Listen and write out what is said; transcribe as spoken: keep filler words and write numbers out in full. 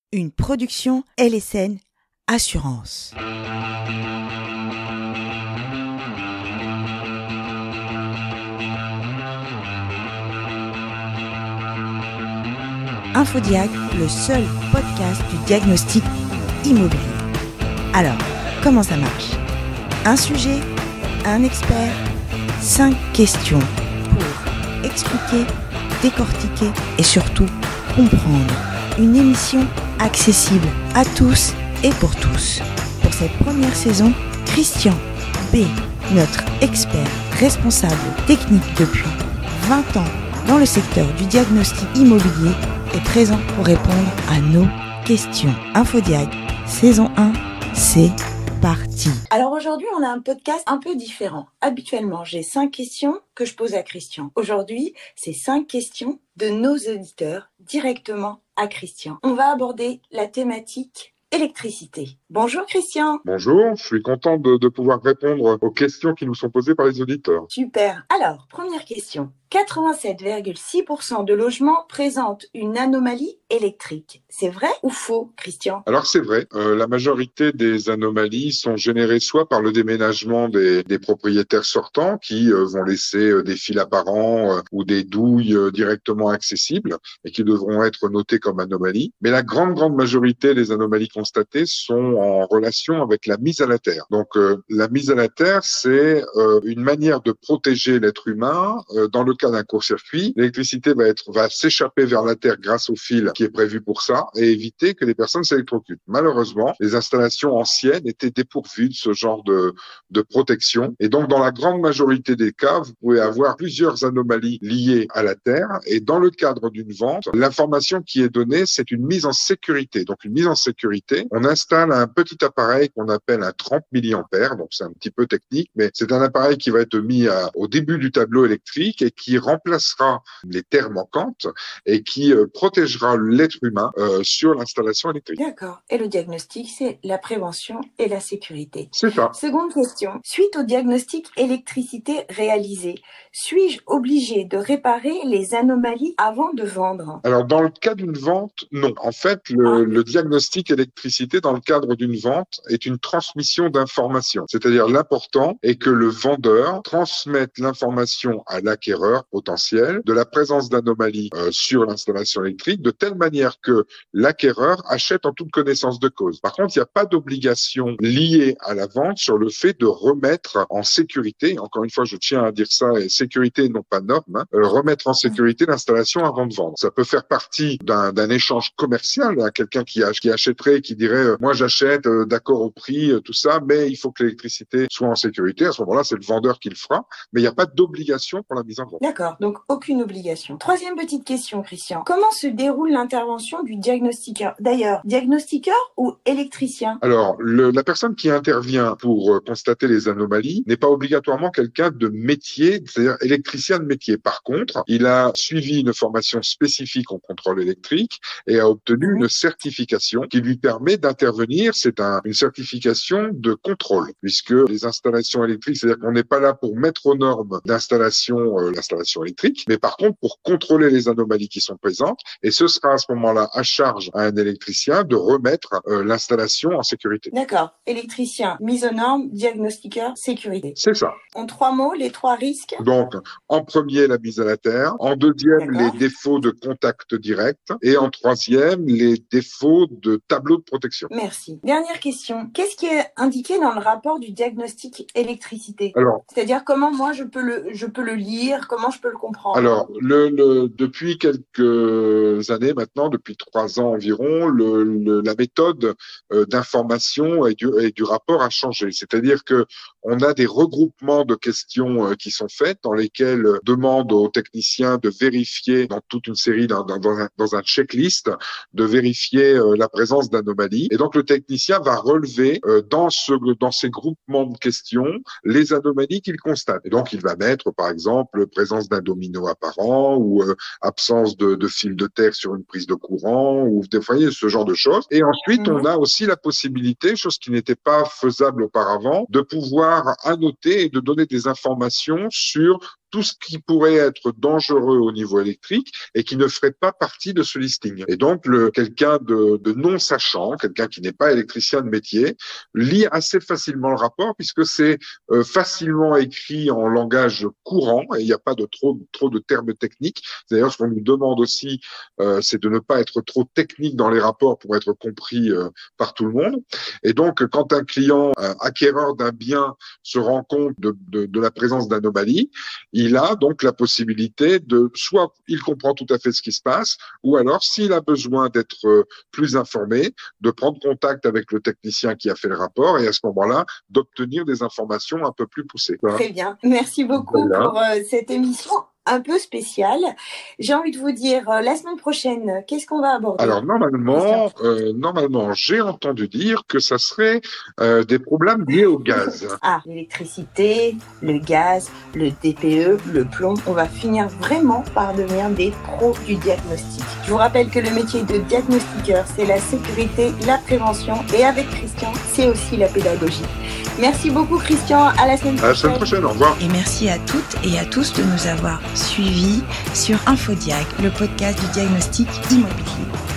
Une production L S N Assurance. Infodiag, le seul podcast du diagnostic immobilier. Alors, comment ça marche? Un sujet, un expert, cinq questions pour expliquer, décortiquer et surtout comprendre. Une émission accessible à tous et pour tous. Pour cette première saison, Christian B, notre expert responsable technique depuis vingt ans dans le secteur du diagnostic immobilier, est présent pour répondre à nos questions. Infodiag, saison un, c'est parti. Alors aujourd'hui, on a un podcast un peu différent. Habituellement, j'ai cinq questions que je pose à Christian. Aujourd'hui, c'est cinq questions de nos auditeurs directement à Christian. On va aborder la thématique électricité. Bonjour Christian. Bonjour, je suis content de, de pouvoir répondre aux questions qui nous sont posées par les auditeurs. Super. Alors, première question. quatre-vingt-sept virgule six pour cent de logements présentent une anomalie électrique. C'est vrai ou faux, Christian? Alors c'est vrai, euh, la majorité des anomalies sont générées soit par le déménagement des, des propriétaires sortants qui euh, vont laisser euh, des fils apparents euh, ou des douilles euh, directement accessibles et qui devront être notées comme anomalies. Mais la grande, grande majorité des anomalies constatées sont en relation avec la mise à la terre. Donc euh, la mise à la terre, c'est euh, une manière de protéger l'être humain euh, dans le cas d'un court-circuit. L'électricité va être va s'échapper vers la terre grâce au fil qui est prévu pour ça et éviter que les personnes s'électrocutent. Malheureusement, les installations anciennes étaient dépourvues de ce genre de de protection et donc dans la grande majorité des cas, vous pouvez avoir plusieurs anomalies liées à la terre et dans le cadre d'une vente, l'information qui est donnée, c'est une mise en sécurité. Donc une mise en sécurité, on installe un petit appareil qu'on appelle un trente milliampères, donc c'est un petit peu technique, mais c'est un appareil qui va être mis à, au début du tableau électrique et qui remplacera les terres manquantes et qui euh, protégera l'être humain euh, sur l'installation électrique. D'accord. Et le diagnostic, c'est la prévention et la sécurité. C'est ça. Seconde question. Suite au diagnostic électricité réalisé, suis-je obligé de réparer les anomalies avant de vendre? Alors, dans le cas d'une vente, non. En fait, le, Ah. le diagnostic électricité dans le cadre d'une vente est une transmission d'informations. C'est-à-dire, l'important est que le vendeur transmette l'information à l'acquéreur potentiel de la présence d'anomalies euh, sur l'installation électrique, de telle manière que l'acquéreur achète en toute connaissance de cause. Par contre, il n'y a pas d'obligation liée à la vente sur le fait de remettre en sécurité, encore une fois, je tiens à dire ça, et sécurité non pas norme, hein, euh, remettre en sécurité l'installation avant de vendre. Ça peut faire partie d'un, d'un échange commercial, hein, quelqu'un qui, ach- qui achèterait, qui dirait, euh, moi j'achète, euh, d'accord au prix, euh, tout ça, mais il faut que l'électricité soit en sécurité. À ce moment-là, c'est le vendeur qui le fera, mais il n'y a pas d'obligation pour la mise en vente. D'accord, donc aucune obligation. Troisième petite question, Christian. Comment se déroule l'intervention du diagnostiqueur? D'ailleurs, diagnostiqueur ou électricien? Alors, le, la personne qui intervient pour euh, constater les anomalies n'est pas obligatoirement quelqu'un de métier, c'est-à-dire électricien de métier. Par contre, il a suivi une formation spécifique en contrôle électrique et a obtenu Mhm. une certification qui lui permet d'intervenir. C'est un, une certification de contrôle, puisque les installations électriques, c'est-à-dire qu'on n'est pas là pour mettre aux normes l'installation, euh, l'installation électrique, mais par contre pour contrôler les anomalies qui sont présentes. Et ce sera à ce moment-là à charge à un électricien de remettre euh, l'installation en sécurité. D'accord. Électricien, mise aux normes, diagnostiqueur, sécurité. C'est ça. En trois mots, les trois risques. Donc, en premier, la mise à la terre. En deuxième, D'accord. les défauts de contact direct. Et en troisième, les défauts de tableau de protection. Merci. Dernière question. Qu'est-ce qui est indiqué dans le rapport du diagnostic électricité? Alors, C'est-à-dire comment moi je peux le, je peux le lire, comment je peux le comprendre? Alors, le, le, depuis quelques années maintenant, depuis trois ans environ, le, le, la méthode euh, d'information et du, et du rapport a changé. C'est-à-dire que on a des regroupements de questions euh, qui sont faites dans lesquelles on demande aux techniciens de vérifier dans toute une série, dans, dans, dans, un, dans un checklist, de vérifier euh, la présence d'anomalies. Et donc, le technicien va relever euh, dans, ce, dans ces groupements de questions les anomalies qu'il constate. Et donc, il va mettre, par exemple, présence d'un domino apparent ou euh, absence de, de fil de terre sur une prise de courant ou vous voyez, ce genre de choses. Et ensuite, Mhm. on a aussi la possibilité, chose qui n'était pas faisable auparavant, de pouvoir annoter et de donner des informations sur tout ce qui pourrait être dangereux au niveau électrique et qui ne ferait pas partie de ce listing. Et donc, le, quelqu'un de, de non sachant, quelqu'un qui n'est pas électricien de métier, lit assez facilement le rapport puisque c'est euh, facilement écrit en langage courant et il n'y a pas de trop, trop de termes techniques. D'ailleurs, ce qu'on nous demande aussi, euh, c'est de ne pas être trop technique dans les rapports pour être compris euh, par tout le monde. Et donc, quand un client euh, acquéreur d'un bien se rend compte de, de, de la présence d'anomalies, il a donc la possibilité de, soit il comprend tout à fait ce qui se passe, ou alors s'il a besoin d'être euh, plus informé, de prendre contact avec le technicien qui a fait le rapport et à ce moment-là, d'obtenir des informations un peu plus poussées. Très bien. Merci beaucoup voilà. pour euh, cette émission un peu spécial. J'ai envie de vous dire, euh, la semaine prochaine, qu'est-ce qu'on va aborder? Alors normalement, euh, normalement, j'ai entendu dire que ça serait euh, des problèmes liés au gaz. Ah, l'électricité, le gaz, le D P E, le plomb. On va finir vraiment par devenir des pros du diagnostic. Je vous rappelle que le métier de diagnostiqueur, c'est la sécurité, la prévention, et avec Christian, c'est aussi la pédagogie. Merci beaucoup Christian, à la semaine prochaine. À la semaine prochaine, au revoir. Et merci à toutes et à tous de nous avoir suivis sur InfoDiag, le podcast du diagnostic immobilier.